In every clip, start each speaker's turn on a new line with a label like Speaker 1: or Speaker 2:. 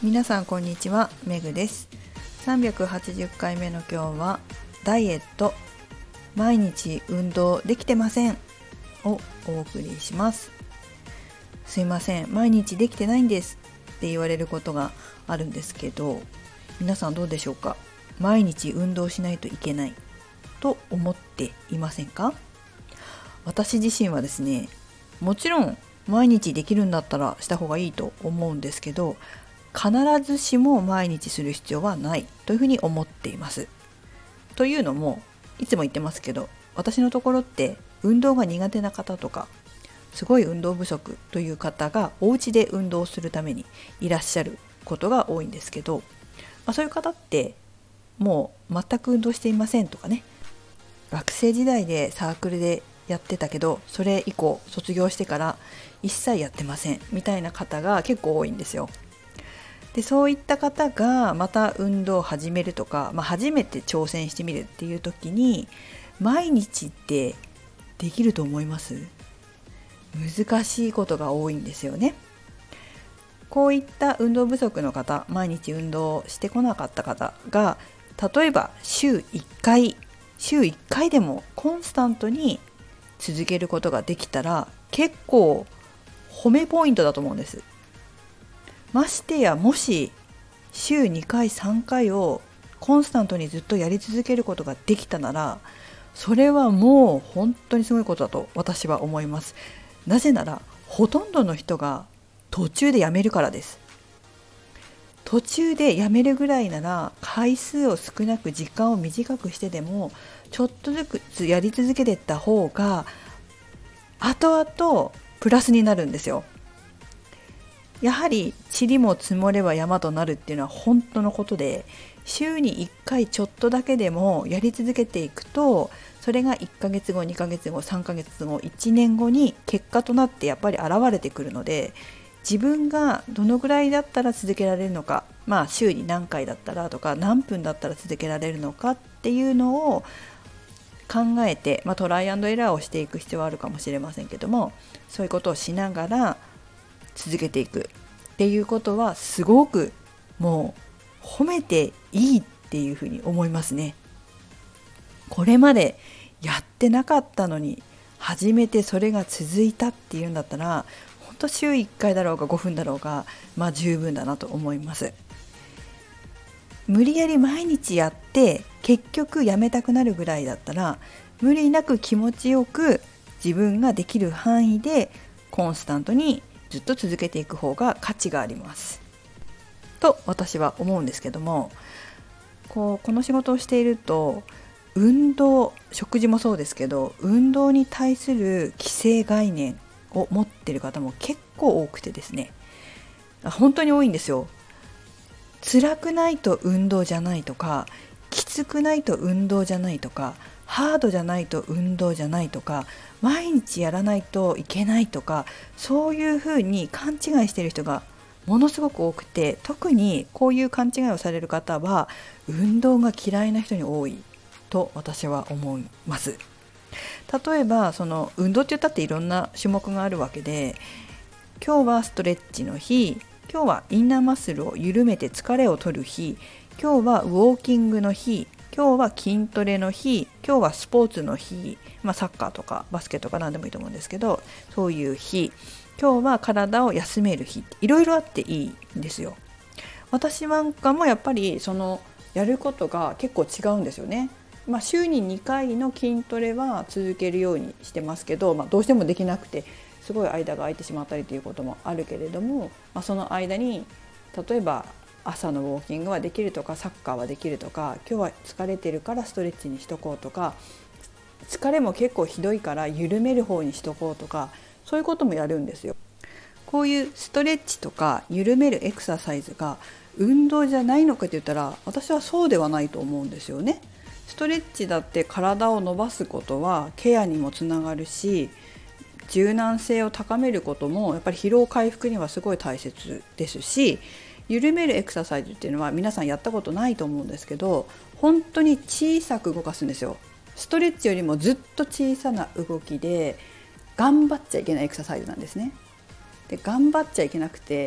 Speaker 1: 皆さんこんにちは、めぐです。380回目の今日はダイエット毎日運動できてませんをお送りします。すいません、毎日できてないんですって言われることがあるんですけど、皆さんどうでしょうか。毎日運動しないといけないと思っていませんか？私自身はですね、もちろん毎日できるんだったらした方がいいと思うんですけど、必ずしも毎日する必要はないというふうに思っています。というのも、いつも言ってますけど、私のところって運動が苦手な方とか、すごい運動不足という方がお家で運動するためにいらっしゃることが多いんですけど、そういう方ってもう全く運動していませんとかね、学生時代でサークルでやってたけどそれ以降卒業してから一切やってませんみたいな方が結構多いんですよ。でそういった方がまた運動を始めるとか、初めて挑戦してみるっていう時に、毎日ってできると思います？難しいことが多いんですよね。こういった運動不足の方、毎日運動してこなかった方が、例えば週1回でもコンスタントに続けることができたら、結構褒めポイントだと思うんです。ましてや、もし週2回3回をコンスタントにずっとやり続けることができたなら、それはもう本当にすごいことだと私は思います。なぜならほとんどの人が途中でやめるからです。途中でやめるぐらいなら、回数を少なく時間を短くしてでもちょっとずつやり続けていった方が後々プラスになるんですよ。やはり塵も積もれば山となるっていうのは本当のことで、週に1回ちょっとだけでもやり続けていくと、それが1ヶ月後、2ヶ月後、3ヶ月後、1年後に結果となってやっぱり現れてくるので、自分がどのぐらいだったら続けられるのか、週に何回だったらとか何分だったら続けられるのかっていうのを考えて、トライアンドエラーをしていく必要はあるかもしれませんけども、そういうことをしながら続けていくっていうことは、すごくもう褒めていいっていうふうに思いますね。これまでやってなかったのに初めてそれが続いたっていうんだったら、本当週1回だろうが5分だろうが十分だなと思います。無理やり毎日やって結局やめたくなるぐらいだったら、無理なく気持ちよく自分ができる範囲でコンスタントにずっと続けていく方が価値がありますと私は思うんですけども、この仕事をしていると、運動、食事もそうですけど、運動に対する既成概念を持っている方も結構多くてですね、本当に多いんですよ。辛くないと運動じゃないとか、きつくないと運動じゃないとか、ハードじゃないと運動じゃないとか、毎日やらないといけないとか、そういうふうに勘違いしている人がものすごく多くて、特にこういう勘違いをされる方は運動が嫌いな人に多いと私は思います。例えば運動って言ったっていろんな種目があるわけで、今日はストレッチの日、今日はインナーマッスルを緩めて疲れを取る日、今日はウォーキングの日、今日は筋トレの日、今日はスポーツの日、サッカーとかバスケとか何でもいいと思うんですけど、そういう日、今日は体を休める日、いろいろあっていいんですよ。私なんかもやっぱりやることが結構違うんですよね。週に2回の筋トレは続けるようにしてますけど、どうしてもできなくてすごい間が空いてしまったりということもあるけれども、その間に例えば朝のウォーキングはできるとか、サッカーはできるとか、今日は疲れてるからストレッチにしとこうとか、疲れも結構ひどいから緩める方にしとこうとか、そういうこともやるんですよ。こういうストレッチとか緩めるエクササイズが運動じゃないのかと言ったら、私はそうではないと思うんですよね。ストレッチだって体を伸ばすことはケアにもつながるし、柔軟性を高めることもやっぱり疲労回復にはすごい大切ですし、緩めるエクササイズっていうのは皆さんやったことないと思うんですけど、本当に小さく動かすんですよ。ストレッチよりもずっと小さな動きで頑張っちゃいけないエクササイズなんですね。で頑張っちゃいけなくて、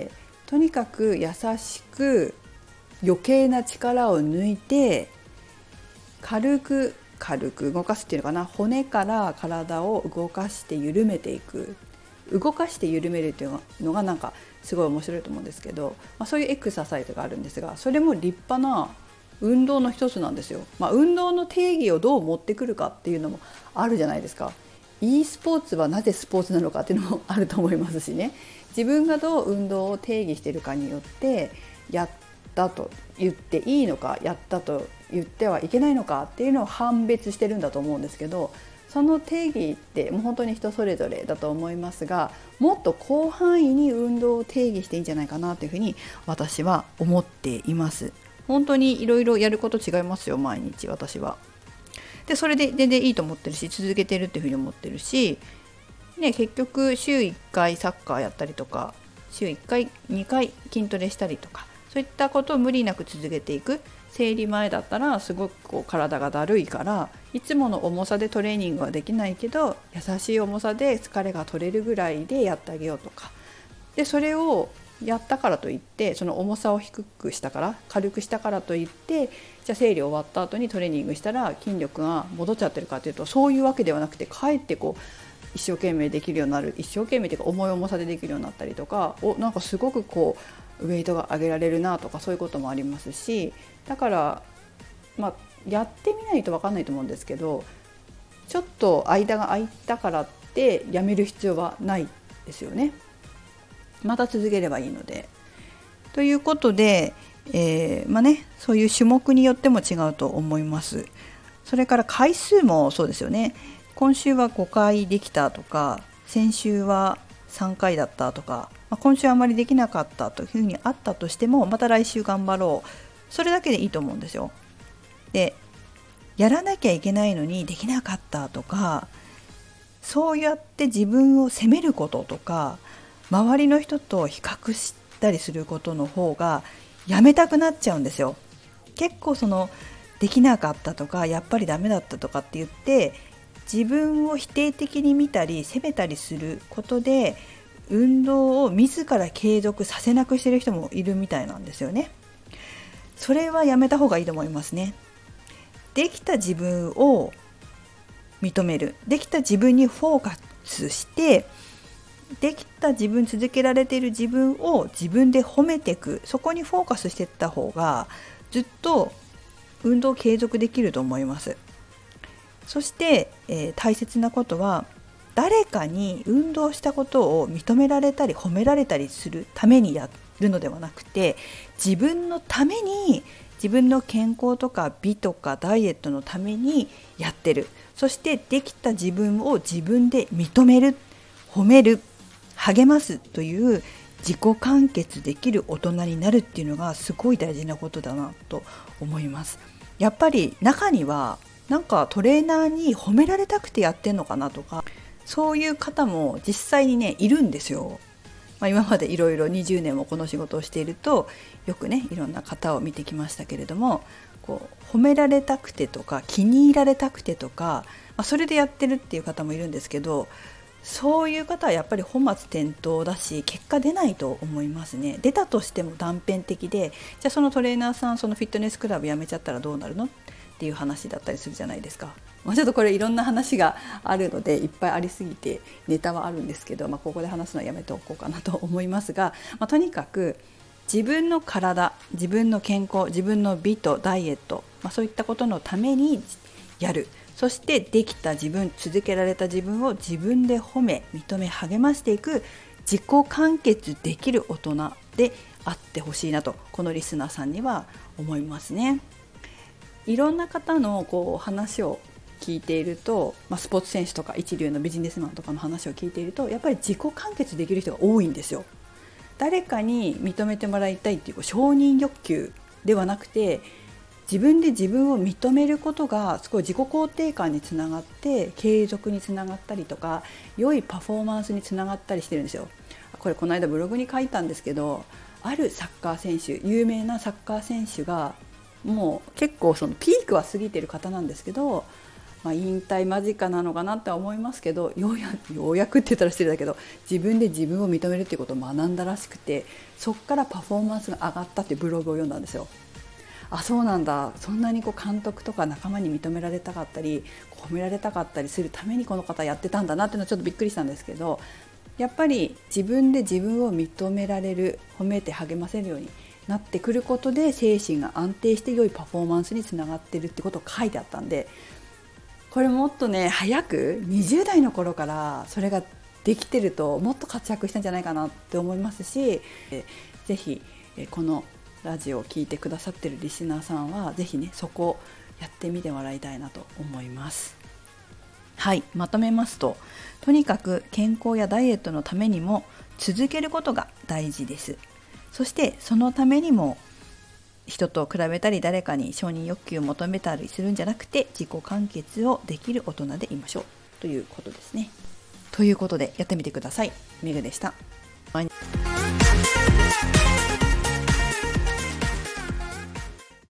Speaker 1: とにかく優しく余計な力を抜いて軽く動かすっていうのかな、骨から体を動かして緩めていく、動かして緩めるっていうのがなんかすごい面白いと思うんですけど、そういうエクササイズがあるんですが、それも立派な運動の一つなんですよ。運動の定義をどう持ってくるかっていうのもあるじゃないですか。e スポーツはなぜスポーツなのかっていうのもあると思いますしね、自分がどう運動を定義しているかによってやったと言っていいのか、やったと言ってはいけないのかっていうのを判別してるんだと思うんですけど、その定義ってもう本当に人それぞれだと思いますが、もっと広範囲に運動を定義していいんじゃないかなというふうに私は思っています。本当にいろいろやること違いますよ、毎日私は。でそれで全然いいと思ってるし、続けてるっていうふうに思ってるし、結局週1回サッカーやったりとか、週1回2回筋トレしたりとか、そういったことを無理なく続けていく。生理前だったらすごく体がだるいから、いつもの重さでトレーニングはできないけど、優しい重さで疲れが取れるぐらいでやってあげようとか、でそれをやったからといって、その重さを低くしたから、軽くしたからといって、じゃあ生理終わった後にトレーニングしたら筋力が戻っちゃってるかというと、そういうわけではなくて、かえって一生懸命できるようになる、一生懸命というか重い重さでできるようになったりとか、なんかすごくウェイトが上げられるなとか、そういうこともありますし、だからやってみないと分かんないと思うんですけど、ちょっと間が空いたからってやめる必要はないですよね。また続ければいいので。ということで、そういう種目によっても違うと思います。それから回数もそうですよね。今週は5回できたとか、先週は3回だったとか、今週あまりできなかったというふうにあったとしても、また来週頑張ろう、それだけでいいと思うんですよ。で、やらなきゃいけないのにできなかったとか、そうやって自分を責めることとか、周りの人と比較したりすることの方がやめたくなっちゃうんですよ。結構できなかったとか、やっぱりダメだったとかって言って自分を否定的に見たり責めたりすることで、運動を自ら継続させなくしている人もいるみたいなんですよね。それはやめた方がいいと思いますね。できた自分を認める、できた自分にフォーカスして、できた自分、続けられている自分を自分で褒めていく、そこにフォーカスしていった方がずっと運動を継続できると思います。そして、大切なことは、誰かに運動したことを認められたり褒められたりするためにやるのではなくて、自分のために、自分の健康とか美とかダイエットのためにやってる。そしてできた自分を自分で認める、褒める、励ますという自己完結できる大人になるっていうのがすごい大事なことだなと思います。やっぱり中にはなんかトレーナーに褒められたくてやってんのかなとか、そういう方も実際にいるんですよ。今までいろいろ20年もこの仕事をしていると、よくいろんな方を見てきましたけれども、褒められたくてとか気に入られたくてとか、それでやってるっていう方もいるんですけど、そういう方はやっぱり本末転倒だし、結果出ないと思いますね。出たとしても断片的で、じゃあそのトレーナーさん、そのフィットネスクラブ辞めちゃったらどうなるのっていう話だったりするじゃないですか。ちょっとこれいろんな話があるので、いっぱいありすぎてネタはあるんですけど、ここで話すのはやめておこうかなと思いますが、とにかく自分の体、自分の健康、自分の美とダイエット、そういったことのためにやる。そしてできた自分、続けられた自分を自分で褒め、認め、励ましていく自己完結できる大人であってほしいなと、このリスナーさんには思いますね。いろんな方の話を聞いていると、スポーツ選手とか一流のビジネスマンとかの話を聞いていると、やっぱり自己完結できる人が多いんですよ。誰かに認めてもらいたいっていう承認欲求ではなくて、自分で自分を認めることがすごい自己肯定感につながって、継続につながったりとか、良いパフォーマンスにつながったりしてるんですよ。これこの間ブログに書いたんですけど、あるサッカー選手、有名なサッカー選手がもう結構ピークは過ぎてる方なんですけど、 引退間近なのかなって思いますけど、ようやくって言ったら失礼だけど、自分で自分を認めるっていうことを学んだらしくて、そこからパフォーマンスが上がったっていうブログを読んだんですよ。あ、そうなんだ、そんなに監督とか仲間に認められたかったり褒められたかったりするためにこの方やってたんだなっていうのはちょっとびっくりしたんですけど、やっぱり自分で自分を認められる、褒めて励ませるようになってくることで精神が安定して良いパフォーマンスにつながってるってことを書いてあったんで、これもっとね早く20代の頃からそれができてるともっと活躍したんじゃないかなって思いますし、ぜひこのラジオを聞いてくださってるリスナーさんはぜひねそこをやってみてもらいたいなと思います。はい、まとめますと、とにかく健康やダイエットのためにも続けることが大事です。そしてそのためにも人と比べたり誰かに承認欲求を求めたりするんじゃなくて、自己完結をできる大人でいましょうということですね。ということでやってみてください。メグでした。